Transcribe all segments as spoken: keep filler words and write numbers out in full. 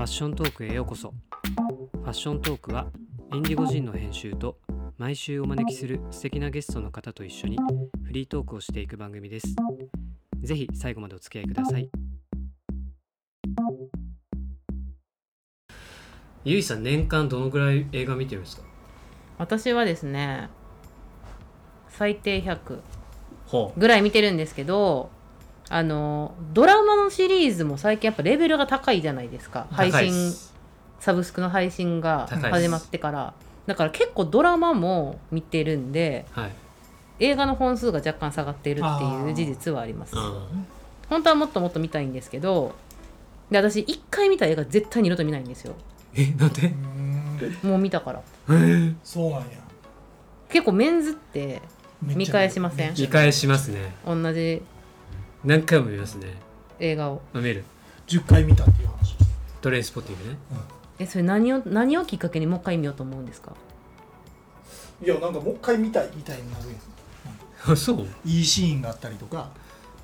ァッショントークへようこそ。ファッショントークはインディゴジンの編集と毎週お招きする素敵なゲストの方と一緒にフリートークをしていく番組です。ぜひ最後までお付き合いください。ゆいさん、年間どのぐらい映画見てるんですか？ 私はですね、最低ひゃくぐらい見てるんですけど、あのドラマのシリーズも最近やっぱレベルが高いじゃないですか。配信サブスクの配信が始まってから、だから結構ドラマも見てるんで、はい、映画の本数が若干下がっているっていう事実はあります。本当はもっともっと見たいんですけど、で私いっかい見た映画絶対二度と見ないんですよ。 え、なんで？ もう見たから。 えー、そうなんや。 結構メンズって見返しません？ 見返しますね。 同じ何回も見ますね。 映画を見る。 じゅっかい見たっていう話。 トレインスポッティングね、うん、 え、それ何を何をきっかけにもう一回見ようと思うんですか？ いや、なんかもう一回見たいみたいになるやん。あ、そう。 いいシーンがあったりとか。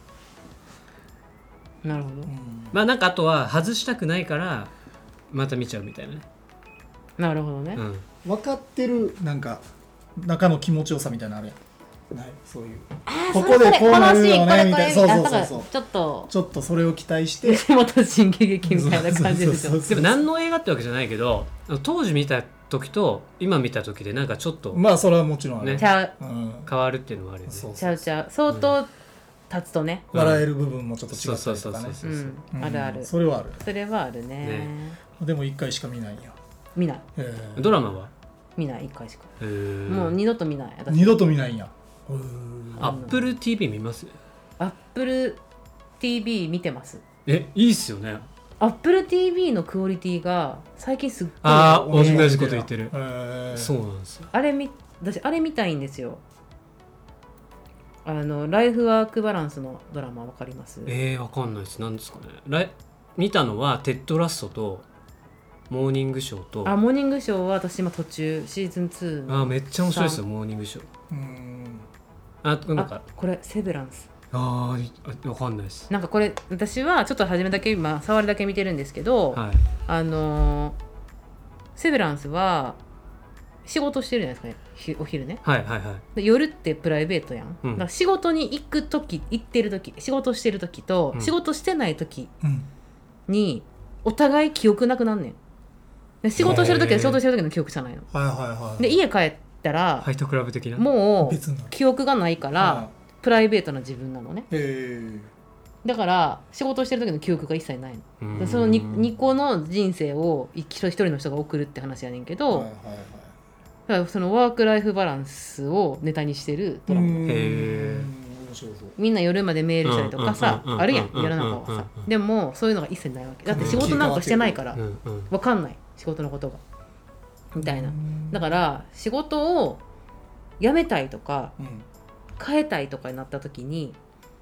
なるほど、うん、 まあなんかあとは外したくないからまた見ちゃうみたいなね。 なるほどね、 うん、分かってるなんか中の気持ちよさみたいなのあるやん。ない、そういうここでこうなるよねみたいな。そうそうそうそう。 ちょっとちょっとそれを期待して吉本新喜劇みたいな感じですよ。 でも何の映画ってわけじゃないけど、当時見た時と今見た時でなんかちょっとまあそれはもちろんある、 ね、 ちゃう、 うん、変わるっていうのはあるよね。 ちゃうちゃう相当経つとね、 うん、笑える部分もちょっと違ったりとかね。 あるある。 それはある。 それはある ね, ね。 でもいっかいしか見ないんや。 見ない。 ドラマは見ない。いっかいしか。もう二度と見ない。 二度と見ないんや。 アップル ティーブイ 見ます？ アップル ティーブイ 見てます。 え、いいっすよね。 アップル ティーブイ のクオリティが最近すっごい。 ああ、同じこと言ってる。そうなんですよ。 あれみ私あれ見たいんですよ。あのライフワークバランスのドラマわかります？ えー、わかんないです。何ですかね。ライ見たのはテッドラストとモーニングショーと。 あ、モーニングショーは私今途中シーズンツー。 あ、めっちゃ面白いですよモーニングショー。うーん。あ、なんかこれセブランス。 ああ、わかんないです。 なんかこれ私はちょっと初めだけ今触りだけ見てるんですけど、はい、あのー、セブランスは仕事してるじゃないですかね、お昼ね。 はいはいはい。 で夜ってプライベートやん。うん、だから仕事に行く時、行ってる時、仕事してる時と、うん、仕事してない時にお互い記憶なくなんねん。で仕事してる時は仕事してる時の記憶じゃないの。 はいはいはい。 で家帰ったらファイトクラブ的なもう記憶がないからプライベートな自分なのね。へだから仕事してる時の記憶が一切ないの。その 2, 2個の人生を一人の人が送るって話やねんけど、はいはいはい、だからそのワークライフバランスをネタにしてるドラマ。へみんな夜までメールしたりとかさ、あるやん世の中はさ。でもそういうのが一切ないわけだって仕事なんかしてないから分かんない仕事のことがみたいな。だから仕事を辞めたいとか、うん、変えたいとかになった時に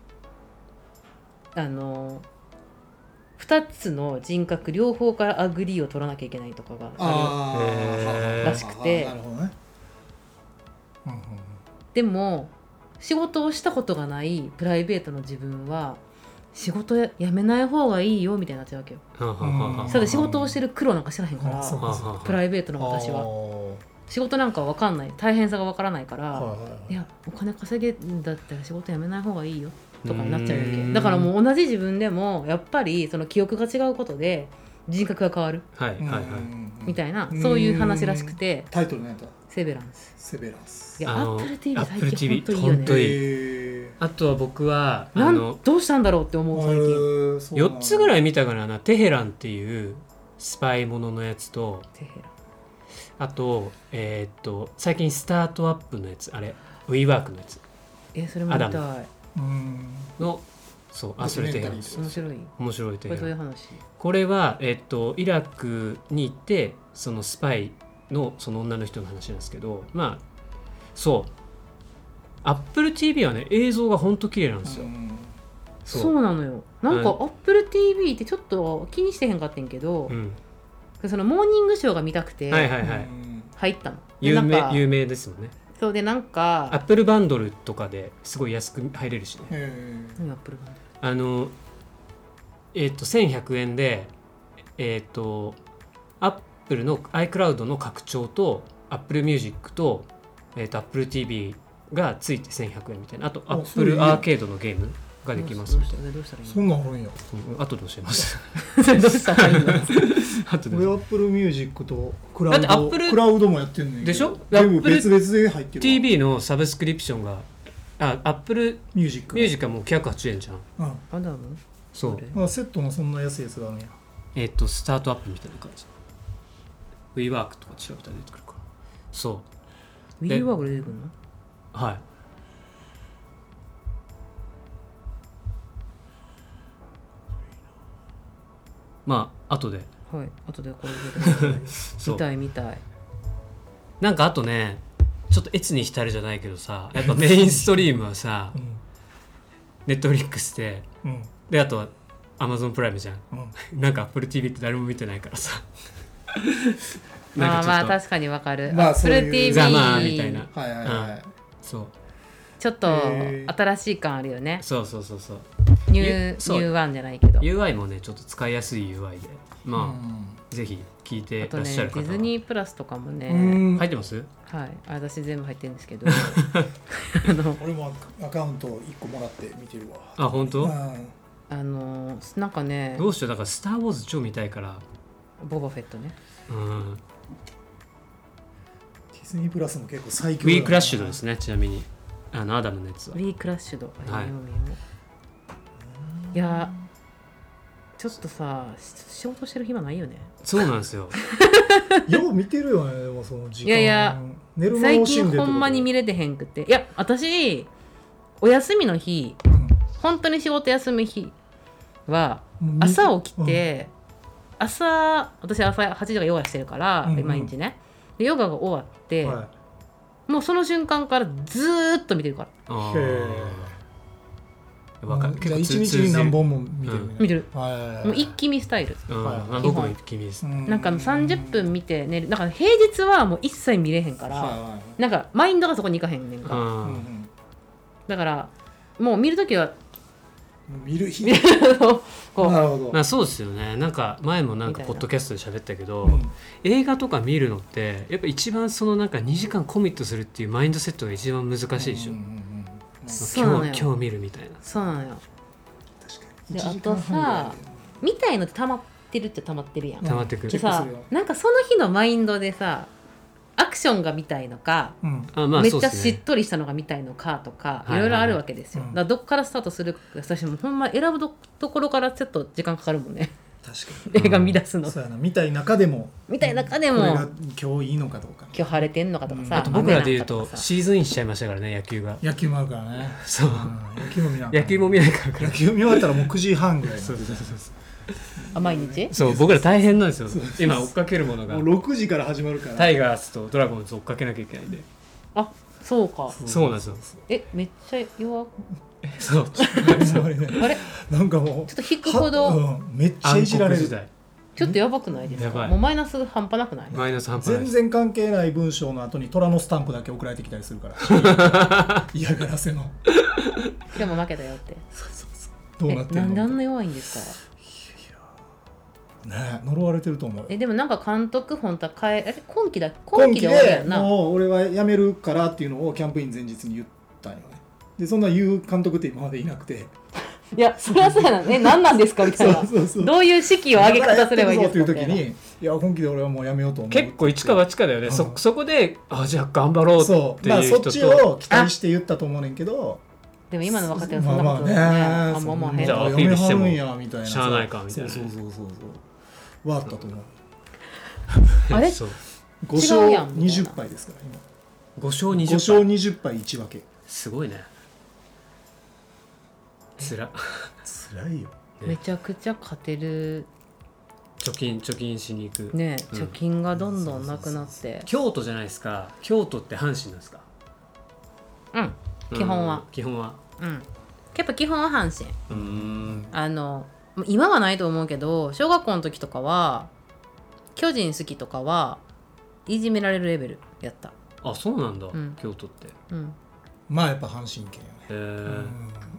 あのふたつの人格両方からアグリーを取らなきゃいけないとかがあるらしくて、なるほどね。うんうん、でも仕事をしたことがないプライベートの自分は仕事辞めない方がいいよみたいになっちゃうわけよ。ただ仕事をしてる苦労なんか知らへんから、プライベートの私は仕事なんか分かんない、大変さが分からないから、はいはいはい、いやお金稼げんだったら仕事辞めない方がいいよとかになっちゃうわけ。だからもう同じ自分でもやっぱりその記憶が違うことで人格が変わる、はいはいはい、みたいなそういう話らしくて、 タイトル何やった？ セベランス。 セベランス。 いや、アップル ティーブイ 最近本当いいよね。 本当いい。あとは僕はあのどうしたんだろうって思う最近。 よっつぐらい見たからな。テヘランっていうスパイもののやつと、テヘラン、あとえー、っと最近スタートアップのやつ、あれウィーワークのやつ。 え、それも見たい。 アダムのそう、あ、それテヘランです。 面白い。 面白いテヘラン。 これどういう話？ これはえー、っとイラクに行ってそのスパイのその女の人の話なんですけど、まあそうアップル ティーブイ はね映像がほんと綺麗なんですよ。 そう、そうなのよ。なんかアップル ティーブイ ってちょっと気にしてへんかってんけど、うん、そのモーニングショーが見たくて入ったの。 有名有名ですもんね。 そうでなんかアップルバンドルとかですごい安く入れるしね。 何アップルバンドル？ あのえっとせんひゃくえんでえっ、ー、と Apple の iCloud の拡張と Apple Music と,、えー、と Apple ティーブイ がついてせんひゃくえんみたいな、あと Apple アーケードのゲームができますみたいな。 どうしたらいいの？ そんなんあるんや。 うん、後で教えますそれどうしたらいいの？ 後で俺 Apple Music とクラウドだって Apple クラウドもやってんねんけどでしょ。 全部別々で入ってる。 ティーブイ のサブスクリプションがあ Apple ミュージックミュージックはもうきゅうひゃくはちじゅうえんじゃん。 うんアダム？ そうまあセットのそんな安いやつがあるんや。 えっ、ー、とスタートアップみたいな感じ。 WeWork とか調べたら出てくるから。そう WeWork で出てくるの？ はい。まあ後ではい後でこれ出てくる見たい見たい。 なんかあとねちょっと越に浸るじゃないけどさ、やっぱメインストリームはさ、うん、ネットフリックスで、うん、であとはアマゾンプライムじゃん、うん、なんか Apple ティーブイ って誰も見てないからさまあまあ確かにわかる、 まあ、 Apple ティーブイざまあみたいな、 はいはいはい、うん、 そうちょっと新しい感あるよね。 そうそうそうそうニュー、ニューワンじゃないけどユーアイ もねちょっと使いやすい ユーアイ でまあ、うん、ぜひ聞いてらっしゃる方は。あとねディズニープラスとかもね入ってます？ はい、私全部入ってるんですけどあの俺もアカウントいっこもらって見てるわ。 あ本当？ あのなんかねどうしよう、だからスターウォーズ超見たいから。 ボバフェットね、 うん、 ディズニープラスも結構最強だな。ウィークラッシュドですね、ちなみにあのアダムのやつはウィークラッシュド、 はい、 いやちょっとさ仕事してる暇ないよね。 そうなんですよよう見てるよね。でもその時間いやいや寝る最近ほんまに見れてへんくて、いや私お休みの日、うん、本当に仕事休む日は朝起きて、うん、朝私朝はちじからヨガしてるから、うんうん、毎日ねでヨガが終わって、はい、もうその瞬間からずーっと見てるから。 あわかる。結構一日に何本も見てる、 うん、見てる。もう一気見スタイル。 はい、僕も一気見です。 なんかさんじゅっぷん見て寝る。なんか平日はもう一切見れへんから、はい、なんかマインドがそこに行かへんねんか。うん、だからもう見るときは見る日こうなるほど。 まあそうですよね。なんか前もなんかポッドキャストで喋ったけど、うん、映画とか見るのってやっぱ一番そのなんかにじかんコミットするっていうマインドセットが一番難しいでしょ。うんうんうん、今日今日見るみたいな。 そうなのよ。確かに。であとさ見たいのって溜まってるって溜まってるやん。 溜まってくる。 でさなんかその日のマインドでさアクションが見たいのか、うんあまあ、めっちゃしっとりしたのが見たいのかとか、ね、いろいろあるわけですよ、はいはいはい、だからどっからスタートするか私もほんま選ぶところからちょっと時間かかるもんね。 確かに映画見出すの、 うん、そうやな見たい中でも見たい中でもこれが今日いいのかどうか今日晴れてんのかとかさ、うん、 あと僕らで言うとシーズンインしちゃいましたからね。野球が野球もあるからね。 そう、うん、 野球も見な野球も見ないから野球見終わったらもうくじはんぐらい。 そうそうそうそうあ毎日そう僕ら大変なんですよ。今追っかけるものがもうろくじから始まるからタイガースとドラゴンズ追っかけなきゃいけないんで。 あそうかそうなんですよ。 えめっちゃ弱そうあれなんかもうちょっと引くほど、 うん、めっちゃいじられる。 ちょっとやばくないですか。もうマイナス半端なくない。 マイナス半端ない。 全然関係ない文章の後に虎のスタンプだけ送られてきたりするから嫌がらせのでも負けたよってそうそうそうどうなってるの。 なんであんな弱いんですか。 ね、呪われてると思う。 えでもなんか監督本当は変えあれ今期だ今期で終わりやんな。 もう俺は辞めるからっていうのをキャンプイン前日に言ったんよね。でそんな言う監督って今までいなくていやそれはそうやなえ何なんですかみたいなそうそうそうどういう式を上げ方すればいいですかっていう時にいや本気で俺はもう辞めようと思う。 結構一か八かだよね、うん、そ, そこであじゃあ頑張ろうっていう人と、 まあ、そっちを期待して言ったと思うねんけどでも今の若手はそんなことだよね。まあまあねあまあまあ変じゃあアピールしてもやみたいなしゃあないかみたいな。 そうそうそうそうはあったと思うあれご勝にじゅっぱいですから今ご勝にじゅっぱいご勝にじゅっぱいいち分けすごいね。つらつらいよ、 ね、めちゃくちゃ勝てる貯金貯金しに行くね、うん、貯金がどんどんなくなって京都じゃないですか。京都って阪神なんですか。 うん基本は、 うん、基本はうんやっぱ基本は阪神。 うーんあの今はないと思うけど小学校の時とかは巨人好きとかはいじめられるレベルやった。 あそうなんだ、 うん、 京都って、 うん、 まあやっぱ阪神圏よね。 へえ、うん、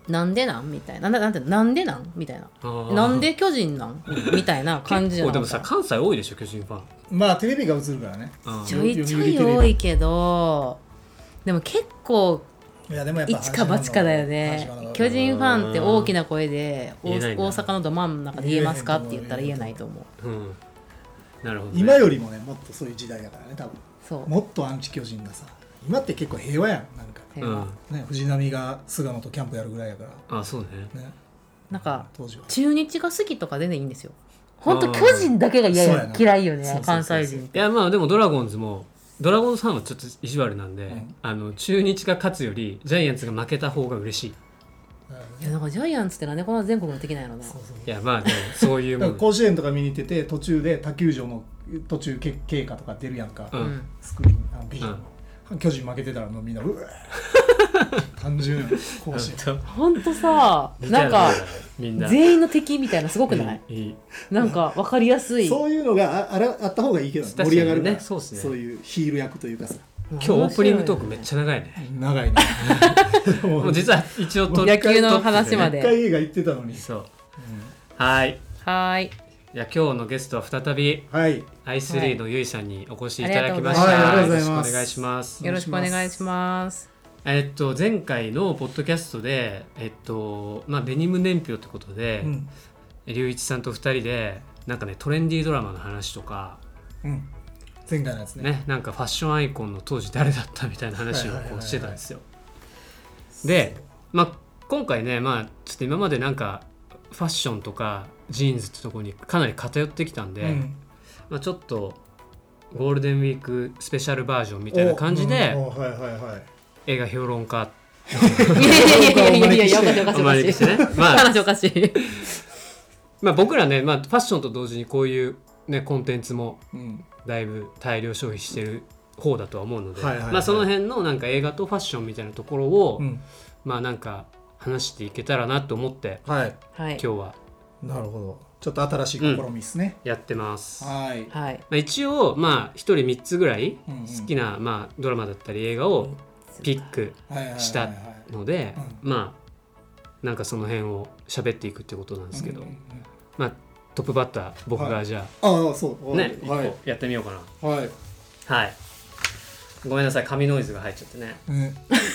なんでなんみたいな、なんでなんでなんみたいな、なんで巨人なんみたいな感じじゃなかった。 結構でもさ関西多いでしょ巨人ファン。 まあテレビが映るからね。 ちょいちょい多いけどでも結構いやでもやっぱ一か八かだよね。巨人ファンって大きな声で大阪のど真ん中で言えますかって言ったら言えないと思う。 うん、なるほど、ね、 今よりもねもっとそういう時代だからね多分。 そうもっとアンチ巨人がさ今って結構平和やんなんか、 うんね、藤波が菅野とキャンプやるぐらいやから。 あそうね。 ねなんか当時は中日が好きとか全然いいんですよ。本当巨人だけが嫌や嫌いよね。 そうそうそうそう関西人って。 いやまあでもドラゴンズもドラゴンズファンはちょっと意地悪なんで、うん、あの中日が勝つよりジャイアンツが負けた方が嬉しい。 いやなんかジャイアンツってなんでこんな全国の敵なんやろな。そうそういやまあでもそういうもん甲子園とか見に行ってて途中で他球場の途中経過とか出るやんか、 うん、 スクリーンあのビジョンの、うん、巨人負けてたらもうみんなうわ単純や甲子園ほんとさなんかみんな全員の敵みたいなすごくない？ いいいいなんか分かりやすい。 そういうのが あ, あ, らあった方がいいけど、ね、盛り上がるから、ね、 そうですね。 そういうヒール役というかさ。 今日オープニングトークめっちゃ長いね。 長いね。 もう実は一応野球の話まで。 一回映画行ってたのに。 そう。うん、はいはい。 いや今日のゲストは再び、はい、アイスリーのゆいさんにお越しいただきました。 はい、よろしくお願いします。 よろしくお願いします。 えっと前回のポッドキャストでえっとまあデニム年表ってことで、うん、龍一さんとふたりでなんかねトレンディードラマの話とか。 うん、前回のやつ ね, ねなんかファッションアイコンの当時誰だったみたいな話をこうしてたんですよ。で、まあ、今回ね、まあ、ちょっと今までなんかファッションとかジーンズってとこにかなり偏ってきたんで、うんまあ、ちょっとゴールデンウィークスペシャルバージョンみたいな感じで、うんはいはいはい、映画評論家いやいやいやいやいやいやおかしいおかしいおかしい、ねまあ、話おかしいまあ僕らね、まあ、ファッションと同時にこういう、ね、コンテンツもだいぶ大量消費してる方だとは思うので、はいはいはいまあ、その辺のなんか映画とファッションみたいなところを、うん、まあなんか話していけたらなと思って、はい、今日はなるほどちょっと新しい試みですね、 うん、やってます。 はい、まあ、一応まあひとりみっつぐらい好きな、うんうんまあ、ドラマだったり映画をピックしたのでまあなんかその辺を喋っていくってことなんですけど、うんうんうん、まあトップバッター僕がじゃあ、はい、ああそうね、はい、やってみようかな。はいはいごめんなさい紙ノイズが入っちゃってね、うん、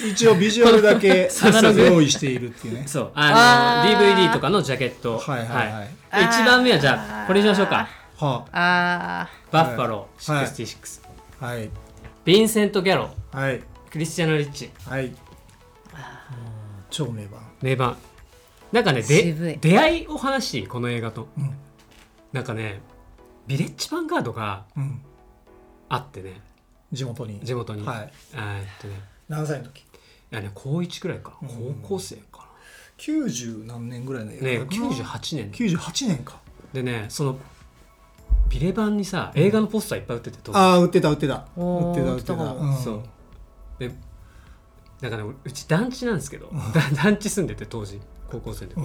一応ビジュアルだけ用意しているっていうねそうあの ディーブイディー とかのジャケットはいはいはい、はい、いちばんめはじゃあこれにしましょうか。はあバッファローろくじゅうろく、はい、ヴィンセント・ギャロ、はい、クリスチャノ・リッチ、はい、 超名盤名盤なんかねで出会いを話しこの映画と、うん、なんかねビレッジヴァンガードがあってね、うん地元に地元に、はい、 あえっとね何歳の時いやね高いちくらいか、うん、高校生かなきゅうじゅうなんねんぐらいの映画ねきゅうじゅうはちねんきゅうじゅうはちねんかでねそのビレ版にさ映画のポスターいっぱい売ってて、 うん、ああ売ってた売ってた売ってた売ってた、 うん、そうでだから、ね、うち団地なんですけど団地住んでて当時高校生で、うん、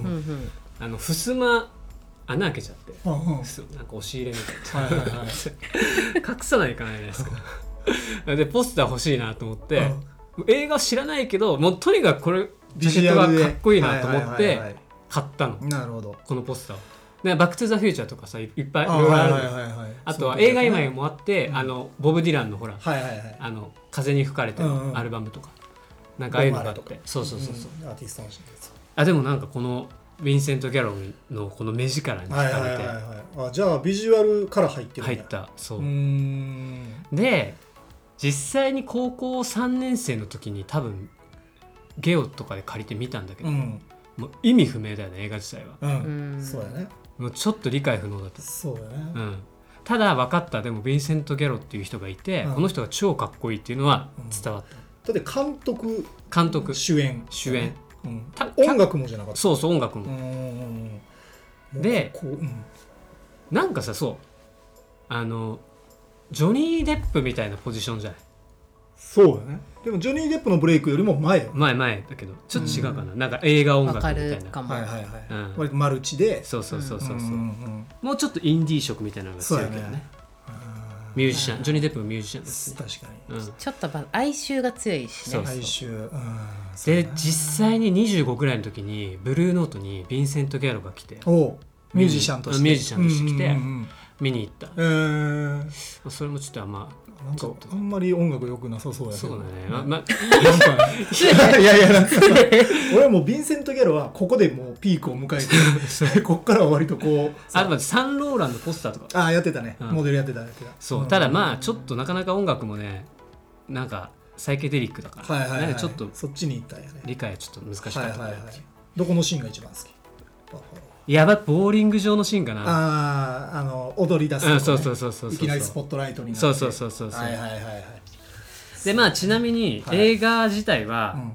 あの襖穴開けちゃって、うんうん、なんか押し入れみたいな、はいはいはい、隠さないかないですかでポスター欲しいなと思って、うん、映画知らないけどもうとにかくこれジャケットがかっこいいなと思って買ったの。 なるほどこのポスターでバックトゥザフューチャーとかさいっぱいいろいろある、はいはいはいはい、あとは映画以外もあって、うん、あのボブ・ディランのほら、はいはいはい、あの風に吹かれてのアルバムとか、うんうん、なんかああいうのがあってそうそうそうそう、うん、アーティストのあでもなんかこのヴィンセント・ギャロのこの目力に惹かれて、はいはいはいはい、あじゃあビジュアルから入ってるんだ。 入ったそううーんで実際に高校さんねん生の時に多分ゲオとかで借りてみたんだけど、うん、もう意味不明だよね映画自体は、うん、そうだねもうちょっと理解不能だった。 そうだね、 うん、ただ分かったでもヴィンセント・ギャロっていう人がいて、うん、この人が超かっこいいっていうのは伝わった、 うん、だって監督監督主演主演、 うん、音楽もじゃなかった。 そうそう音楽もうんで、うん、なんかさそうあのジョニー・デップみたいなポジションじゃない。 そうだね。でもジョニー・デップのブレイクよりも前よ前前だけどちょっと違うかな、うん、なんか映画音楽みたいなはいはいはい、うん、割とマルチでそうそうそうそうそう、うんうんうん、もうちょっとインディー色みたいなのが強いけどね、 ミュージシャン、ジョニー・デップもミュージシャンです、ね、 確かに、 うん、ちょっと哀愁が強いしね。 そうそう哀愁、うん、 で実際ににじゅうごぐらいの時にブルーノートにヴィンセント・ギャロが来て、 おミュージシャンとしてミュージシャンとして来て、 うんうんうん、 見に行った、 えー、 それもちょっとあんまなんかあんまり音楽良くなさそうやけど。 そうだね、まま、なんかいやいやなんか俺もヴィンセント・ギャロはここでもうピークを迎えてこっからは割とこうあとサンローランのポスターとかあやってたね、 うん、 モデルやってたやってたそう、うん、ただまあちょっとなかなか音楽もねなんかサイケデリックだから、 はいはいはい、 なんかちょっとそっちに行ったんやね。 理解はちょっと難しかった、はいはいはい、 どこのシーンが一番好き？ やばいボーリング場のシーンかな。 あああの踊り出すとか、ね、 そうそうそうそうそう、 いきなりスポットライトになって、 そうそうそうそうそう、 はいはいはいはい。 でまあちなみに映画自体は、はい、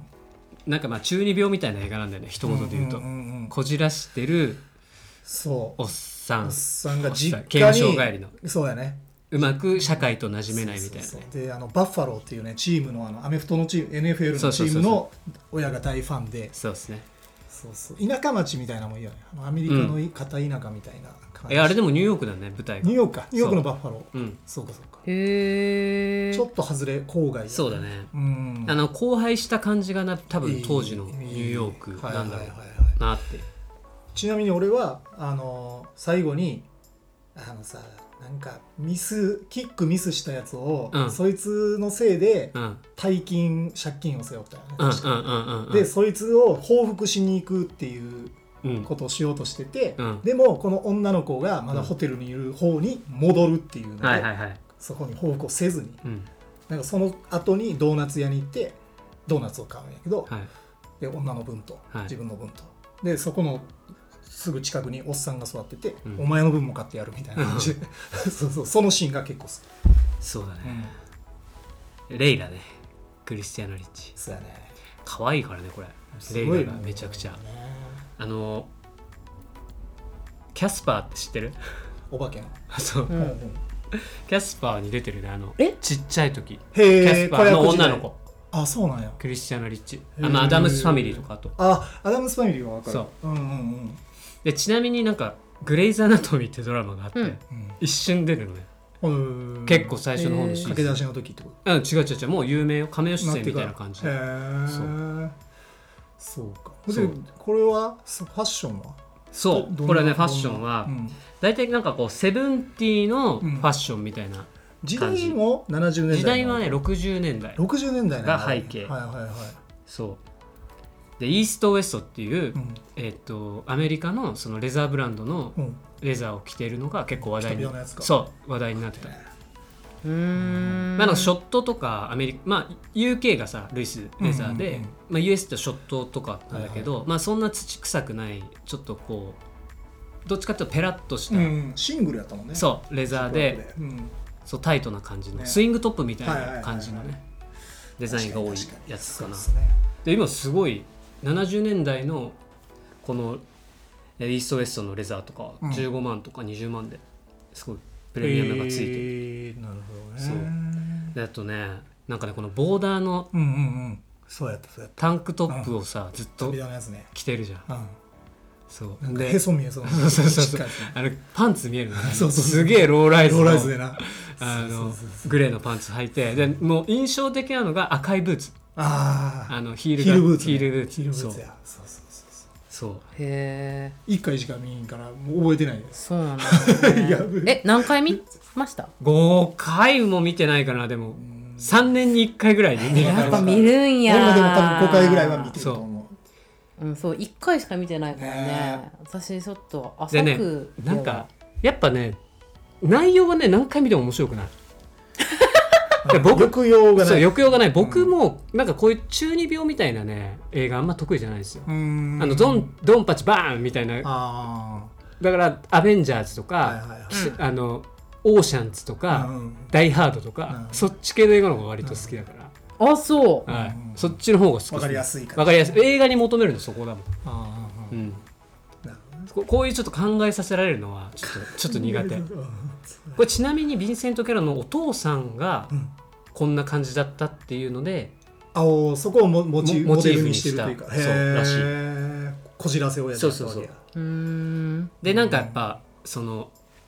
なんかまあ中二病みたいな映画なんだよね一言で言うと、うんうんうんうん、こじらしてるそうおっさんおっさんが実家に刑務所帰りのそうやねうまく社会と馴染めないみたいな、ね、 そうそうそうであのバッファローっていうねチームの、あのアメフトのチーム エヌエフエル のチームの親が大ファンでそうですねそうそう田舎町みたいなもんいいよねあのアメリカの片田舎みたいな感じ、 うん、えあれでもニューヨークだね舞台がニューヨークかニューヨークのバッファローそう、うん、 そうかそうかへーちょっと外れ郊外、ね、 そうだね、 うん、 あの荒廃した感じがな多分当時のニューヨークなんだろうなってちなみに俺はあの最後にあのさなんかミスキックミスしたやつを、うん、そいつのせいで、うん、大金借金を背負ったよね、確かに。でそいつを報復しに行くっていうことをしようとしてて、うん、でもこの女の子がまだホテルにいる方に戻るっていうので、うんはいはいはい、そこに報復をせずに、うん、なんかその後にドーナツ屋に行ってドーナツを買うんやけど、はい、で女の分と、はい、自分の分とでそこのすぐ近くにおっさんが座ってて、うん、お前の分も買ってやるみたいな感じでそうそうそのシーンが結構好き。 そうだね、うん、レイラねクリスティアーノ・リッチそうやね可愛いからねこれレイラがめちゃくちゃ、ね、あのキャスパーって知ってる？ お化けのそう、うんうん、キャスパーに出てるねあのちっちゃい時へキャスパーの女の子あそうなんやクリスティアーノ・リッチあのアダムスファミリーとかとあアダムスファミリーは分かるそう、 うんうんうんでちなみになんかグレイズ・アナトミーってドラマがあって、うん、一瞬出るのね、うん、結構最初の方のシーン、 駆け出しの時ってこと？ うん違う違う違うもう有名よカメオ出演みたいな感じでへーそうかそうこれはファッションはそうこれはねファッションは、うん、大体なんかこうセブンティーのファッションみたいな感じ、 うん、時代もななじゅうねんだい時代はねろくじゅうねんだいろくじゅうねんだいが背景、 はいはいはい、 そうでイーストウエストっていう、うんえー、とアメリカ の, そのレザーブランドのレザーを着ているのが結構話題に、うん、そう話題になってた。うーん、まあ、ショットとかアメリカ、まあ、ユーケー がさルイスレザーで、うんうんうんまあ、ユーエス ってショットとかなんだけど、はいはいまあ、そんな土臭くないちょっとこうどっちかっていうとペラッとした、うん、 シングルやったもんねそうレザー で, で、うん、そうタイトな感じの、ね、スイングトップみたいな感じのね、はいはいはいはい、デザインが多いやつかな。 で,、ね、で今すごいななじゅうねんだいのこのイーストウエストのレザーとかじゅうごまんとかにじゅうまんですごいプレミアムがついてる、えー、なるほどね。そうであとねなんかねこのボーダーのタンクトップをさ、うん、ずっと着てるじゃん、うん、そうでへそ見えそうそうそうそうあのパンツ見えるのねそうそうすげえローライズのローライズでなあのグレーのパンツ履いてでもう印象的なのが赤いブーツああのヒールがヒールブーツ、 ね、ヒールブーツヒールブーツやそうそうそうそうへえいっかいしか見んからもう覚えてないです。 そうなんだ、ね、え何回見ました？ ごかいも見てないかな。でもさんねんにいっかいぐらいで見るやっぱ見るんや。 俺もでも多分ごかいぐらいは見てると思う。うん、そういっかいしか見てないからね。私ちょっと浅くでねなんかやっぱね内容はね何回見ても面白くない僕抑揚がない。 そう抑揚がない。僕もなんかこういう中二病みたいなね映画あんま得意じゃないですよ。あのドンドンパチバーンみたいな。あだからアベンジャーズとか、はいはいはい、あのオーシャンズとか、うん、ダイハードとか、うん、そっち系の映画の方が割と好きだから。 うん、あそう、 はいうん、そっちの方が好きです。 わかりやすいから。 わかりやすい。映画に求めるのそこだもん。あうん。こういうちょっと考えさせられるのはちょっとちょっと苦手。これちなみにヴィンセント・キャロのお父さんがこんな感じだったっていうので、 うん、あそこをモチモチーフにしてるというか、 そうらしい。 こじらせをやったわけや。 そうそうそう。うーんでなんかやっぱその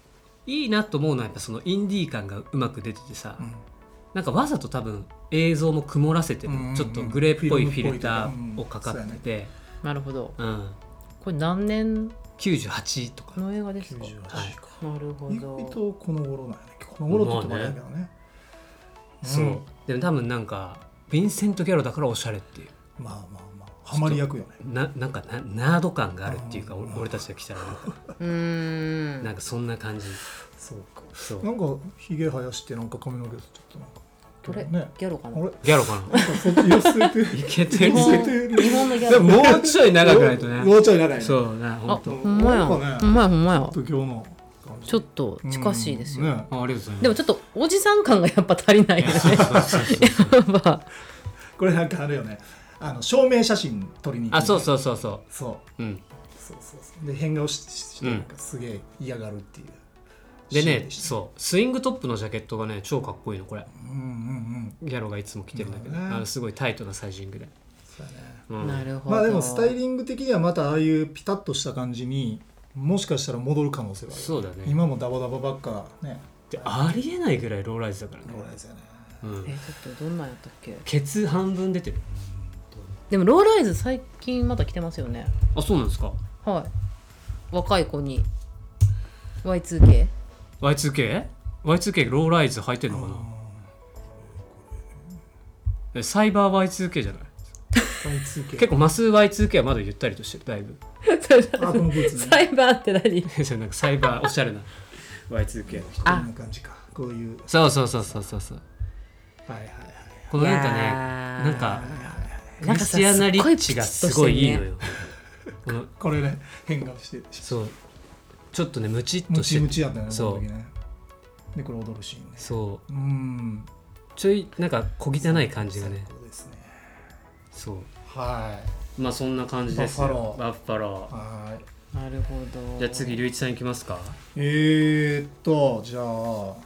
いいなと思うのはやっぱそのインディー感がうまく出ててさ、うん、なんかわざと多分映像も曇らせてる、うんうんうん、ちょっとグレーっぽいフィルターをかかってて、うんね、 なるほど、うん、これ何年きゅうじゅうはちとかの映画ですか。 きゅうじゅうはちか、 はい、なるほど。 意外とこの頃なんやね。この頃って言ってもないけどね、ね、 うん、そうでも多分なんかヴィンセント・ギャロだからおしゃれっていう、 まあまあまあハマり役よね。 な, なんか なナード感があるっていうか、俺たちが来たらなんかうーんなんかそんな感じ。 そうか。そうなんかひげ生やしてなんか髪の毛ちょっとなんかこれ、ね、ギャロかな。 ギャロかな。なんかそっち寄せていけてる。 日本のギャロ。 でももうちょい長くないとね。 もうちょい長い、ね。 そうね。本当。 ほんまや。ほんまやほんまや。 今日のちょっと近しいですよ。 ね、 あ、ありがとうございます。 でもちょっとおじさん感がやっぱ足りないよね。やっぱこれなんかあるよね。あの証明写真撮りに行く、ね。 あ、そうそうそうそう。 そう。 うん。 そうそうそう。で変顔してなんかすげえ嫌がるっていう。 でね、そうスイングトップのジャケットがね超かっこいいのこれ、 うんうんうん、 ギャロがいつも着てるんだけど、ね、あのすごいタイトなサイジングで。 そうだね、 うん、なるほど。 まあでもスタイリング的にはまたああいうピタッとした感じにもしかしたら戻る可能性はある。 そうだね。 今もダボダボばっかね。 でありえないぐらいローライズだからね。 ローライズやね。 うん、えちょっとどんなんやったっけ。 ケツ半分出てる。 でもローライズ最近また着てますよね。 あ、そうなんですか。 はい。若い子に ワイツーケーワイツーケー? ワイツーケー ローライズ履いてるのかな。サイバー ワイツーケー じゃない。 ワイツーケー結構マス ワイツーケー はまだゆったりとしてるだいぶ。 あ、このブーツね。 サイバーって何？ なんかサイバーおしゃれな ワイツーケー の人。 こんな感じか。こういう。 そうそうそうそうそうそう。 はいはいはい。 このなんかね、なんかクリスティアナ・リッチがすごいいいのよ。 このこれね変顔してる。 そう。ちょっとねムチっとしてムチムチやったよね。 そう。 ね、でこれ踊るシーンね。 そう。 うん。 ちょいなんか小汚い感じがね。 そうですね。 そう。 はい。 まあそんな感じですよ。バッファロー。 はい。 なるほど。 じゃあ次龍一さんいきますか。 えーっとじゃあ、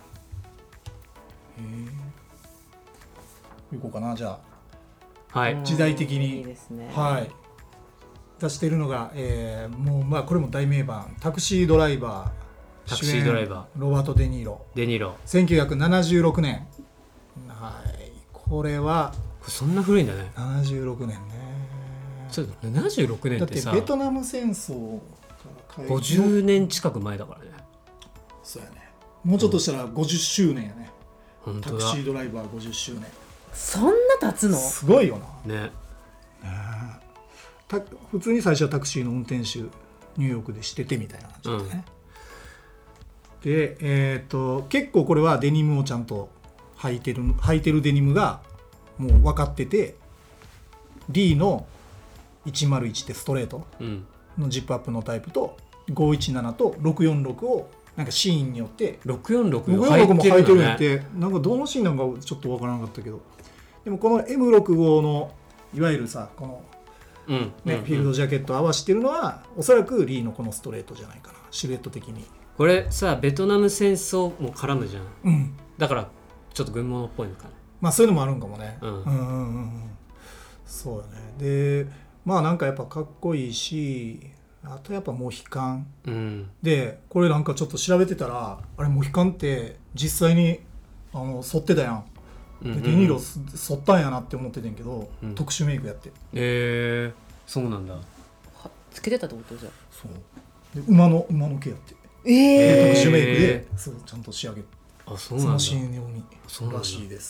えー、いこうかなじゃあ。はい。 時代的にいいですね。 はい。出しているのが、えー、もうまあこれも大名盤タクシードライバー。 タクシードライバー。ロバート・デ・ニーロ。 デ・ニーロ。 せんきゅうひゃくななじゅうろくねん。はい。これは。 これそんな古いんだね。 ななじゅうろくねんね。 ちょっとななじゅうろくねんってさ。 だってベトナム戦争からごじゅうねん近く前だからね。 そうやね。もうちょっとしたらごじゅっしゅうねんやね。 うん、 タクシードライバーごじゅっしゅうねん。 そんな経つの？ すごいよな。 ね。 ねた普通に最初はタクシーの運転手ニューヨークでしててみたいな感じだったね。うん、で、えー、と結構これはデニムをちゃんと履いてる履いてるデニムがもう分かってて、リーのいちまるいちってストレートのジップアップのタイプとごひゃくじゅうななとろくひゃくよんじゅうろくをなんかシーンによってろくひゃくよんじゅうろくも履いてるんやって、なんかどのシーンなんかちょっと分からなかったけど、でもこの エムろくじゅうご のいわゆるさこのうんね、 うんうん、 フィールドジャケットを合わせてるのはおそらくリーのこのストレートじゃないかな、シルエット的に。 これさベトナム戦争も絡むじゃん、 うん、 だからちょっと軍物っぽいのかな。 まあそういうのもあるんかもね、 うん、 うんうんうんそうだね。でまあなんかやっぱかっこいいし、あとやっぱモヒカン、 うん、 でこれなんかちょっと調べてたらあれモヒカンって実際にあの剃ってたやん。でデニーロ剃ったんやなって思っててんけど、うん、特殊メイクやってえー、そうなんだ。 つけてたってことじゃ。 そうで馬の馬の毛やって、 えー、 特殊メイクでそうちゃんと仕上げて、 あそうなんだ、そのシーン用にらしいです。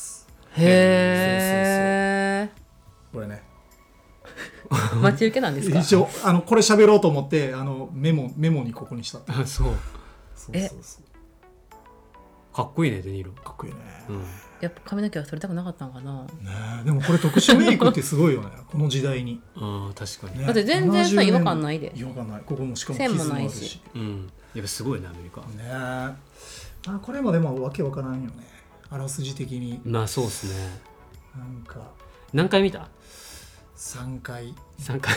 へえ。 これね待ち受けなんですか。 一応あのこれ喋ろうと思ってあのメモメモにここにしたって。 あそうそうそうそうかっこいいねデニーロ。 かっこいいね、 うん、 やっぱ髪の毛は剃りたくなかったのかな。 ねえでもこれ特殊メイクってすごいよねこの時代に。 あ確かに、 ね、 だって全然さ違和感ないで。 違和感ない。ここもしかも傷もあるし、し、 うん、やっぱすごいねアメリカねえ。あこれもでもわけわからんよねあらすじ的に。 まあそうっすね。 なんか何回見た？ さんかいさんかい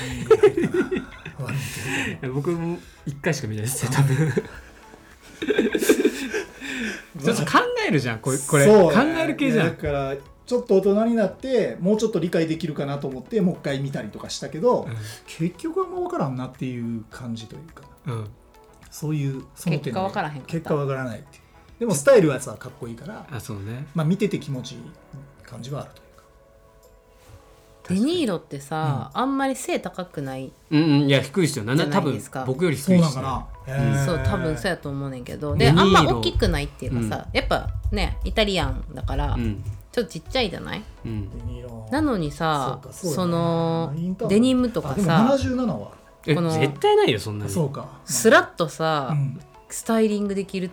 僕もいっかいしか見ないですね多分ちょっと考えるじゃんこれ、これ考える系じゃん。 だからちょっと大人になってもうちょっと理解できるかなと思ってもう一回見たりとかしたけど、うん、結局はもう分からんなっていう感じというか、 うん、 そういうその結果分からへんかった。 結果分からないっていう。でもスタイルはやつはかっこいいから、 あ、そうね、 まあ、見てて気持ちいい感じはあるというか。 デニーロってさ、うん、あんまり背高くない。 うんうん、いや低いですよ。なんだ多分僕より低いです、ね、 そうなんかな。そう多分そうやと思うねんけど、であんま大きくないっていうかさ、うん、やっぱねイタリアンだから、うん、ちょっとちっちゃいじゃない、うん、なのにさ そ, そのデニムとかさ、でもななじゅうななはこの絶対ないよそんなに。 そうか、 スラッとさ、うん、スタイリングできるって、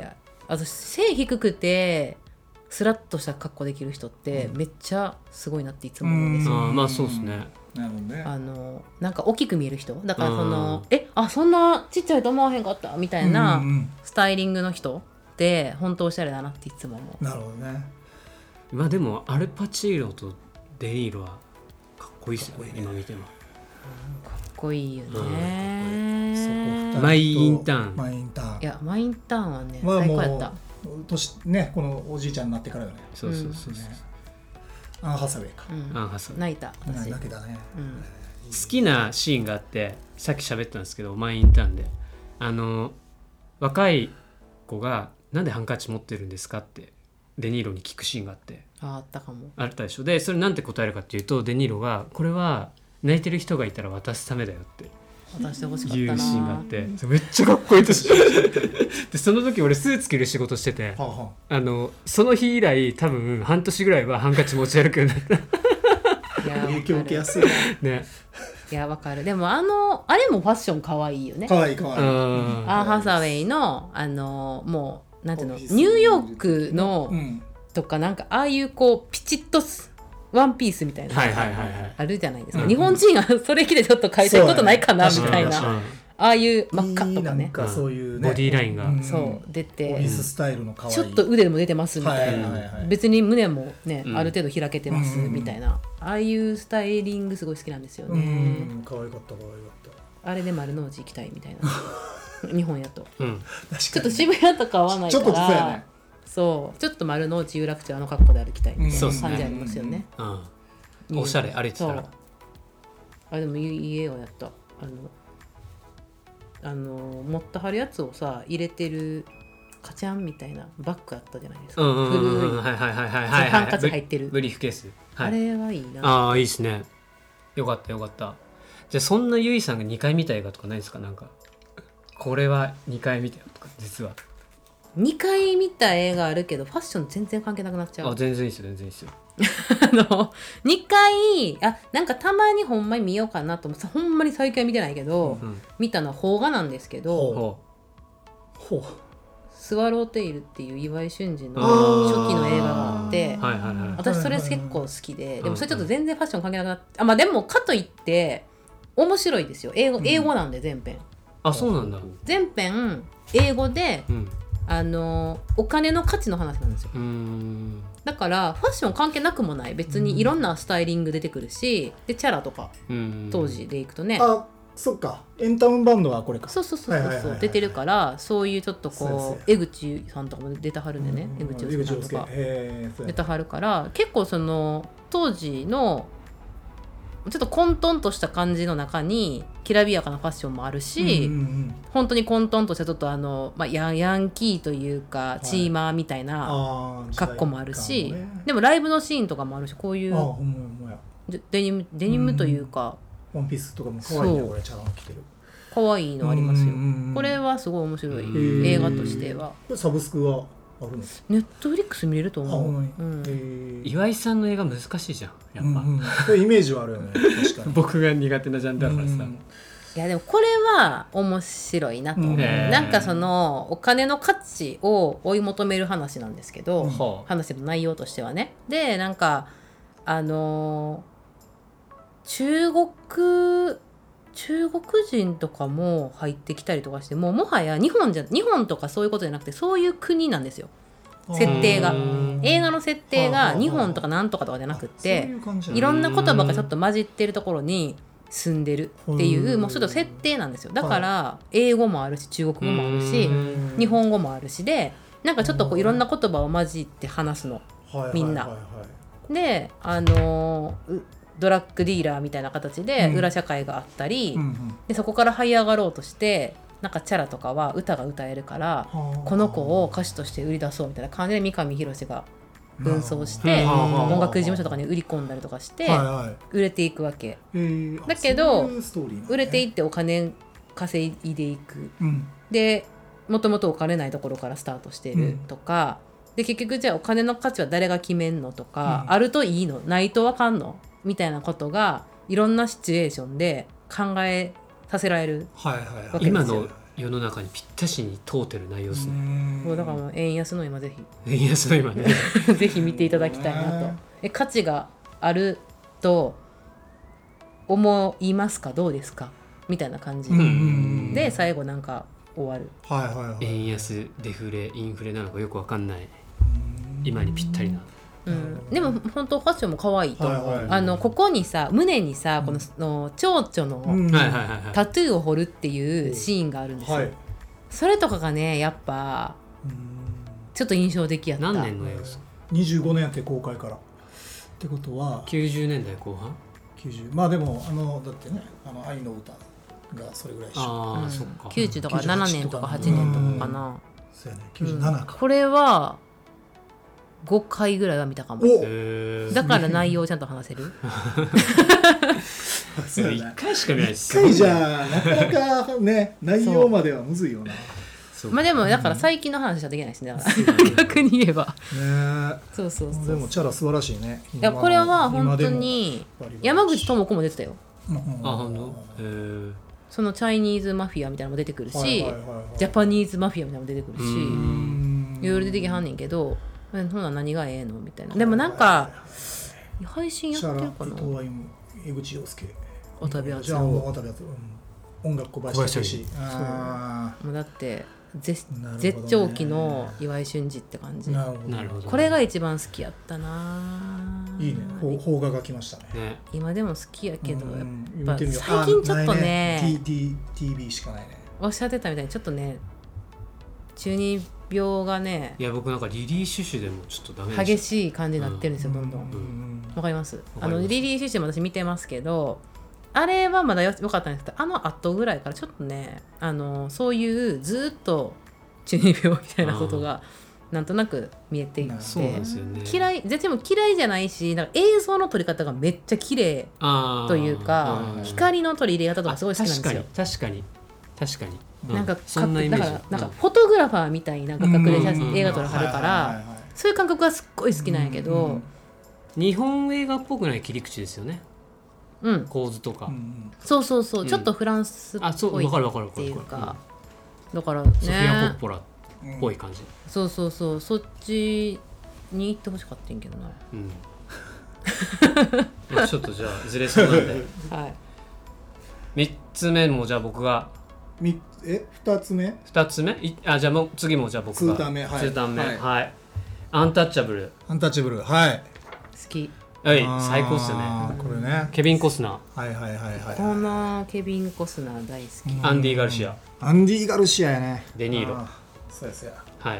あと背低くてスラッとした格好できる人ってめっちゃすごいなっていつも思うんですよ。 あ、まあそうですね。 なるほどね。 あのなんか大きく見える人だから、そのえあそんなちっちゃいと思わへんかったみたいなスタイリングの人って本当おしゃれだなっていつも思う。 なるほどね。 まあでもアルパチーノとデニーロはかっこいいですよね、今見ても。 かっこいいよね。 マイインターン。 マイインターン。 いやマイインターンはね、まあ、最高やった。 年ね、このおじいちゃんになってからよね。 そうそうそうそう、 うん、アンハサウェイか、 うん、 アンハサウェイ泣いた。 泣けたね、 うん、 好きなシーンがあって、さっき喋ったんですけど、マイインターンであの若い子がなんでハンカチ持ってるんですかってデニーロに聞くシーンがあって、 あ, あったかもあったでしょ。でそれなんて答えるかっていうと、デニーロがこれは泣いてる人がいたら渡すためだよって渡してほしかったな。 いうシーンがあって、めっちゃかっこいいですでその時俺スーツ着る仕事してて、はあはあ、あのその日以来多分半年ぐらいはハンカチ持ち歩くようになったいや影響受けやすいね。 いやわかる。でもあのあれもファッションかわいいよね。 かわいいかわいい。アン・ハサウェイのあのもうなんていうの、ニューヨークの、うん、とかなんかああいうこうピチッとワンピースみたいな、 はいはいはいはい、 あるじゃないですか、うん、日本人はそれ着てちょっと変えたことないかなみたいな、ああいう真っ赤とかね、 なんかそういうね、 ボディーラインが、 うん、そう出て、 オフィススタイルの可愛いちょっと腕も出てますみたいな、 はいはいはい、 別に胸もね、うん、ある程度開けてますみたいな、ああいうスタイリングすごい好きなんですよね。 うん、可愛かった可愛かった。 あれで丸の内行きたいみたいな日本やと、 うん、 ちょっと渋谷とか合わないから、ちょっとそうやね、そうちょっと丸の内有楽町あの格好で歩きたいみたいな感じありますよね。 うんうんうん、おしゃれ歩いてたら、 あれでもいい映画やった。あのあの持ってはるやつをさ入れてるカチャンみたいなバッグあったじゃないですか。 うんうんうんうん、はいはいはいはいはい、 ハンカチ入ってるブリーフケース、 はい、あれはいいな。 ああいいですね。よかったよかった。じゃあそんなゆいさんがにかい見た映画とかないですか？なんかこれはにかい見たよとか。実はにかい見た映画あるけどファッション全然関係なくなっちゃう。 あ全然いいですよ全然いいですよあのにかいあなんかたまにほんまに見ようかなと思って、ほんまに最近は見てないけど、うん、見たのは邦画なんですけど、 ほうほうスワローテイルっていう岩井俊二の初期の映画があって、 はいはいはい、 私それ結構好きで、でもそれちょっと全然ファッション関係なくなって、あ、まあ、でもかといって面白いですよ。英語、うん、英語なんで全編。 あそうなんだ。 全編英語で、うん、あのお金の価値の話なんですよ。 うーんだからファッション関係なくもない。別にいろんなスタイリング出てくるし、でチャラとか当時でいくとね、 あそっかエンタウンバンドはこれか。 そうそうそうそう出てるから、そういうちょっとこう江口さんとかも出たはるんでね、江口洋介さんとか出たはるから、結構その当時のちょっと混沌とした感じの中にきらびやかなファッションもあるし、うんうんうん、本当に混沌としたちょっとあの、まあ、ヤ, ヤンキーというか、はい、チーマーみたいな格好もあるし、ね、でもライブのシーンとかもあるし、こういうデニム、デニムというか、 うん、ワンピースとかも可愛いね。これチャラン着てる可愛いのありますよ。これはすごい面白い映画としては。 これサブスクはあるの？ ネットフリックス見れると思う。 うん、 岩井さんの映画難しいじゃんやっぱ、 うんうん、イメージはあるよね確かに僕が苦手なジャンルだからさ、うん、 いやでもこれは面白いなと思う、うん、なんかそのお金の価値を追い求める話なんですけど、うん、話の内容としてはね。でなんかあの中国中国人とかも入ってきたりとかして、もうもはや日本じゃ日本とかそういうことじゃなくて、そういう国なんですよ。設定が映画の設定が日本とかなんとかとかじゃなくって、いろんな言葉がちょっと混じってるところに住んでるっていう、もうちょっと設定なんですよ。だから英語もあるし中国語もあるし日本語もあるしで、なんかちょっとこういろんな言葉を混じって話すのみんなで、あのードラッグディーラーみたいな形で裏社会があったり、うんうん、でそこから這い上がろうとしてなんかチャラとかは歌が歌えるから、この子を歌手として売り出そうみたいな感じで三上博史が奔走して音楽事務所とかに売り込んだりとかして売れていくわけ、はいはい、だけど、ね、売れていってお金稼いでいく、うん、でもともとお金ないところからスタートしてるとか、うん、で結局じゃあお金の価値は誰が決めんのとか、うん、あるといいのないとわかんのみたいなことがいろんなシチュエーションで考えさせられるわけですよ、はいはいはい、 今の世の中にぴったしに通ってる内容ですね。 そうだからもう円安の今ぜひ円安の今ねぜひ見ていただきたいなと。え価値があると思いますかどうですかみたいな感じで最後なんか終わる、 はいはいはい、 円安デフレインフレなのかよく分かんない今にぴったりな、 うん、でも本当ファッションも可愛いと思う、はいはい、あのここにさ胸にさ、うん、こ の, の蝶々のタトゥーを彫るっていうシーンがあるんですよ、はい、それとかがねやっぱちょっと印象的やった。 何年の映画ですか？ にじゅうごねんやって公開からってことはきゅうじゅうねんだいこう半きゅうじゅうまあでもあのだってねあの愛の歌がそれぐらいでしょ。 あ、 うん、 そっかきゅうじゅうとかななねんとかはちねんとかかな。 そうやねきゅうじゅうななか、 うん、これはごかいぐらいは見たかも。だから内容をちゃんと話せるそれいっかいしか見ないです。 いっかいじゃなかなかね内容まではむずいよな。 まあでもだから最近の話はできないですね、うん、逆に言えば、ね、そうそうそう。 でもチャラ素晴らしいね。 いやこれは本当に山口智子も出てたよ、 うん、あ本当、えー、 そのチャイニーズマフィアみたいなのも出てくるし、はいはいはいはい、ジャパニーズマフィアみたいなのも出てくるし、いろいろ出てきはんねんけど、そんな何がええのみたいな。でもなんか配信やってるかな。 江口洋介、 渡部篤郎、渡部篤郎、音楽小林武史。 もうだって絶, 絶頂期の岩井俊二って感じ。 なるほど、なるほど。 これが一番好きやったな。 いいね。邦画が来ましたね。 ね今でも好きやけど、やっぱ最近ちょっとね、 ね ティービー しかないね。 おっしゃってたみたいにちょっとね中二病がね。 いや僕なんかリリー・シュシュでもちょっとダメでした。 激しい感じになってるんですよ、うん、どんどん。わ、うん、かります。あのリリー・シュシュも私見てますけど。あれはまだ良かったんですけど、あの後ぐらいからちょっとね、あのそういうずっと中二病みたいなことがなんとなく見えていって、 そうなんですよね、 嫌い、絶対も嫌いじゃないし、なんか映像の撮り方がめっちゃ綺麗というか、光の取り入れ方とかすごい好きなんですよ。 確かに確かに、 うん、なんかそんなイメージ。だからなんかフォトグラファーみたいな画角で映画撮らはるから、そういう感覚がすっごい好きなんやけど、 日本映画っぽくない切り口ですよね。うん、構図とか、うん、 そうそうそう、うん、ちょっとフランスっぽいっていうか、だからねソフィア・コッポラっぽい感じ、うん、 そうそうそう、そっちに行ってほしかったんけどな、うん、 まあちょっとじゃあずれそうなんで、 はい、 みっつめもじゃあ僕がみえふたつめふたつめいあじゃあもう次もじゃあ僕がにターン目、はい、 にターン目、はいはい、アンタッチャブルアンタッチャブルはい好き。 はい、最高っすよね。 これね。 ケビン・コスナー。はいはいはいはい。 このケビン・コスナー大好き。 アンディ・ガルシア。 アンディ・ガルシアやね。 デニーロ。 そうですよ。 はい。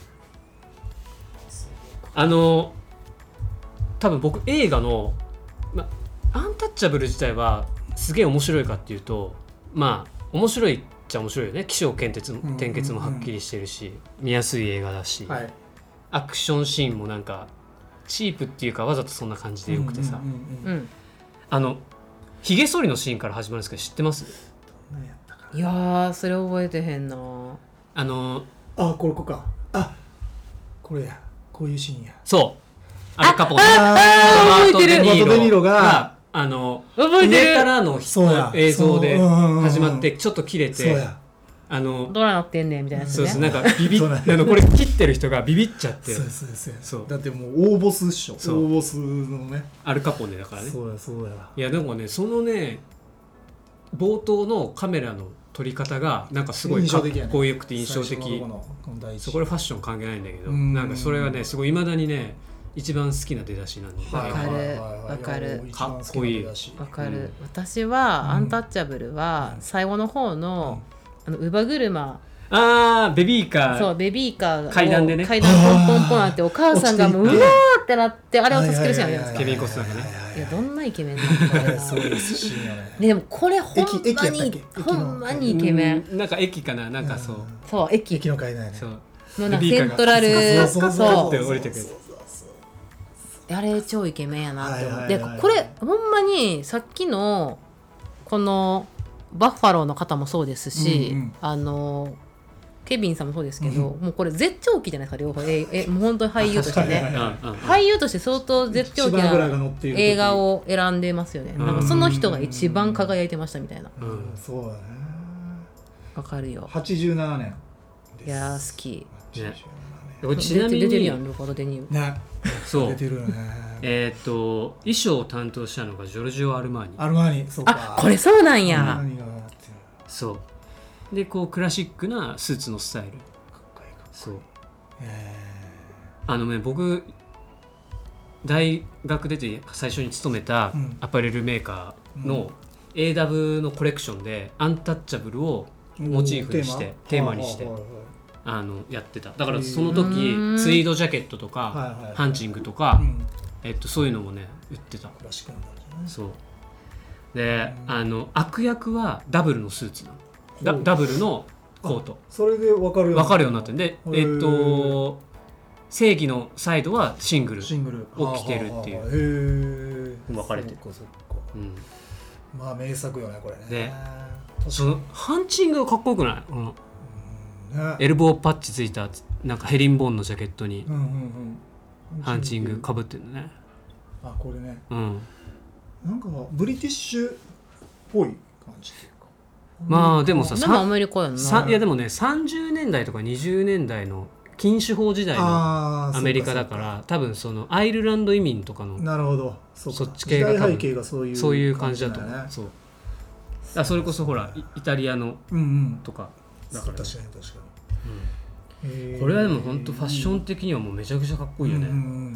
あの多分僕映画の、ま、アンタッチャブル自体はすげえ面白いかっていうと、まあ面白いっちゃ面白いよね。起承転結も転結もはっきりしてるし、見やすい映画だし、はい、アクションシーンもなんか。チープっていうかわざとそんな感じでよくてさ、うんうんうん、あのひげ剃りのシーンから始まるんですけど知ってます？ いやーそれ覚えてへんな。 あのあこれこかあこれやこういうシーンやそうアルカポネ覚えてるマート・デニーロがあの覚えてる上からの映像で始まってちょっと切れてそうやあのどうなってんねんみたいなやつね。 そうそうなんかビビっあのこれ切ってる人がビビっちゃってそうそうそうそうだってもう大ボスっしょ大ボスのねアルカポネだからね。 そうやそうや。 いやでもねそのね冒頭のカメラの撮り方がなんかすごいかっこよくて印象的。そこでファッション関係ないんだけどなんかそれがねすごい未だにね一番好きな出だしなので。 わかるわかるかっこいいわかる、うん、私はアンタッチャブルは最後の方の、うん、あの乳母車あーベビーカーそうベビーカー階段でね階段ポンポンポンなってお母さんがもううわーってなってあれを助けるシーンあるじゃないですか。 ケビン・コスナーがねいやどんなイケメンなんだろうなそうですしねでもこれほんまにほんまにイケメン、 うん、なんか駅かななんかそう、うん、 そう駅駅の階段やねそうのなんかセントラルそうそうって降りてくるあれ超イケメンやなって思って、 はいはいはいはい、 でこれほんまにさっきのこのバッファローの方もそうですし、うんうん、あのケビンさんもそうですけど、うん、もうこれ絶頂期じゃないですか両方ええもう本当に俳優としてね俳優として相当絶頂期な映画を選んでますよね、なんかその人が一番輝いてましたみたいな、 うんうん、そうだねわかるよはちじゅうななねんですいや好き、 ね、ちなみに出てるやんロバート・デ・ニーロ、 ね、 そう出てるよねえっ、ー、と衣装を担当したのがジョルジオ・アルマーニアルマーニそうかあこれそうなんや、 アルマーニがやってるそうでこうクラシックなスーツのスタイルかっこいいかっこいいそう、えー、あのね僕大学出て最初に勤めたアパレルメーカーの エーダブ のコレクションでアンタッチャブルをモチーフにしてテーマにしてあのやってただからその時ツイードジャケットとかハンチングとか、えっと、そういうのもね売ってたクラシックなんだねそうであの悪役はダブルのスーツなのダ, ダブルのコートそれで分かるようにな分かるようになってるでえっと正義のサイドはシングルを着てるっていう分かれてるそっかそっか、うん、まあ名作よねこれねでそのハンチングがかっこよくない、うんね、エルボーパッチついたなんかヘリンボーンのジャケットにハンチングかぶってるのねあこれね、 うん、 なんかブリティッシュっぽい感じっていうかまあでもさでもアメリカやんな。 いやでもねさんじゅうねんだいとかにじゅうねんだいの禁酒法時代のアメリカだから多分そのアイルランド移民とかのなるほど そ, そっち系が多分時代背景がそういうそういう感じだと思う。そうあそれこそほらイタリアのとかだから、ね、 確かに確かに、うん、これはでも本当ファッション的にはもうめちゃくちゃかっこいいよね、うんうん、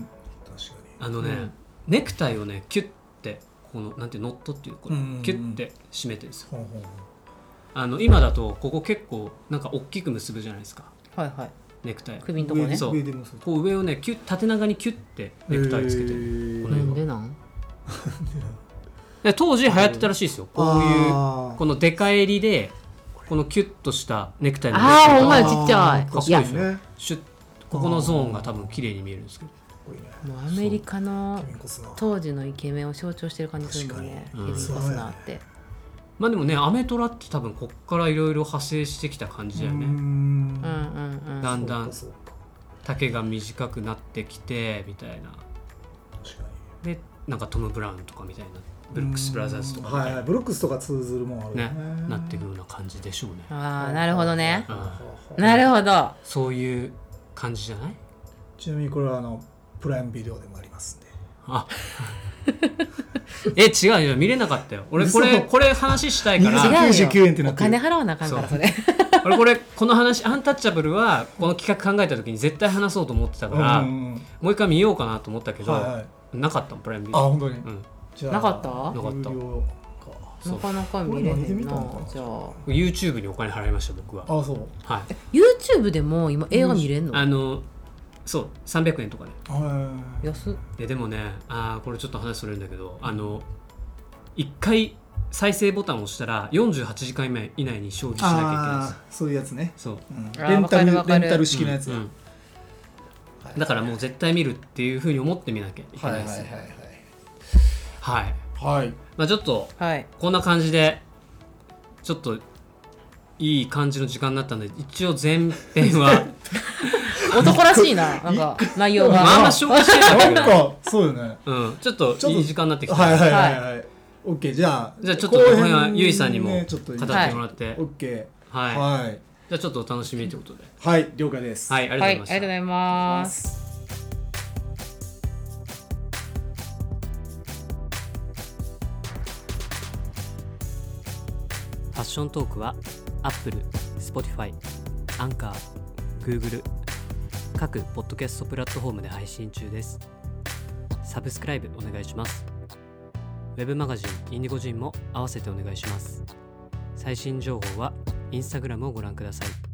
確かにあのね、うん、ネクタイをねキュッてこのなんてノットっていうこの、うんうん、キュッて締めてるんですよ、うんうん、あの今だとここ結構なんか大きく結ぶじゃないですかはいはいネクタイ首のとこねそうこう上をねキュッ縦長にキュッてネクタイつけてるなんでなんで当時流行ってたらしいですよこういうこのデカ襟でこのキュッとしたネクタイのああお前ちっちゃいかっこいいでしょ、ね、シュッここのゾーンが多分綺麗に見えるんですけどもうアメリカの当時のイケメンを象徴してる感じするもんねケビン・コスナーって、うん、 まあでもねアメトラって多分こっからいろいろ派生してきた感じだよね。うんうんうんだんだん丈が短くなってきてみたいな。確かにでなんかトム・ブラウンとかみたいなブルックス・ブラザーズとか、ねはいはい、ブルックスとか通ずるもんあるよね、 ねなってくるような感じでしょうね。 ああなるほどね、うん、なるほどそういう感じじゃない？ ちなみにこれはあのプライムビデオでもありますんで。あえ違うよ見れなかったよ俺これこれ話したいからきゅうじゅうきゅうえんってなってるお金払わなあかんからそれ俺これこの話アンタッチャブルはこの企画考えた時に絶対話そうと思ってたから、うんうん、もう一回見ようかなと思ったけど、はいはい、なかったプライムビデオあ本当に、うん、 じゃあなかったなかったなかなか見れへんなじゃあ YouTube にお金払いました僕はあそう、 はい、 YouTube でも今映画見れんの？ あのそうさんびゃくえんとかね安っででもねあこれちょっと話それるんだけどあのいっかい再生ボタンを押したらよんじゅうはちじかん以内に消費しなきゃいけないです。 そういうやつねそう、 うん、レンタルレンタル式のやつ、うんうんだからもう絶対見るっていうふうに思ってみなきゃいけないですねはいはいはいはい、はいまあ、ちょっとこんな感じでちょっといい感じの時間になったので一応前編は男らしいななんか内容がまあまあ消費してたけどなんかそうよね、 うん、ちょっといい時間になってきたはいはいはいはい、オッケーじゃあじゃあちょっとこの辺はゆいさんにも語ってもらって、はい、 オッケーはい、はい、じゃあちょっとお楽しみということではい了解ですはいありがとうございました、 はい、ありがとうございますファッショントークは Apple、Spotify、Anchor、Google 各ポッドキャストプラットフォームで配信中です。サブスクライブお願いします。ウェブマガジンインディゴジンも合わせてお願いします。最新情報はインスタグラムをご覧ください。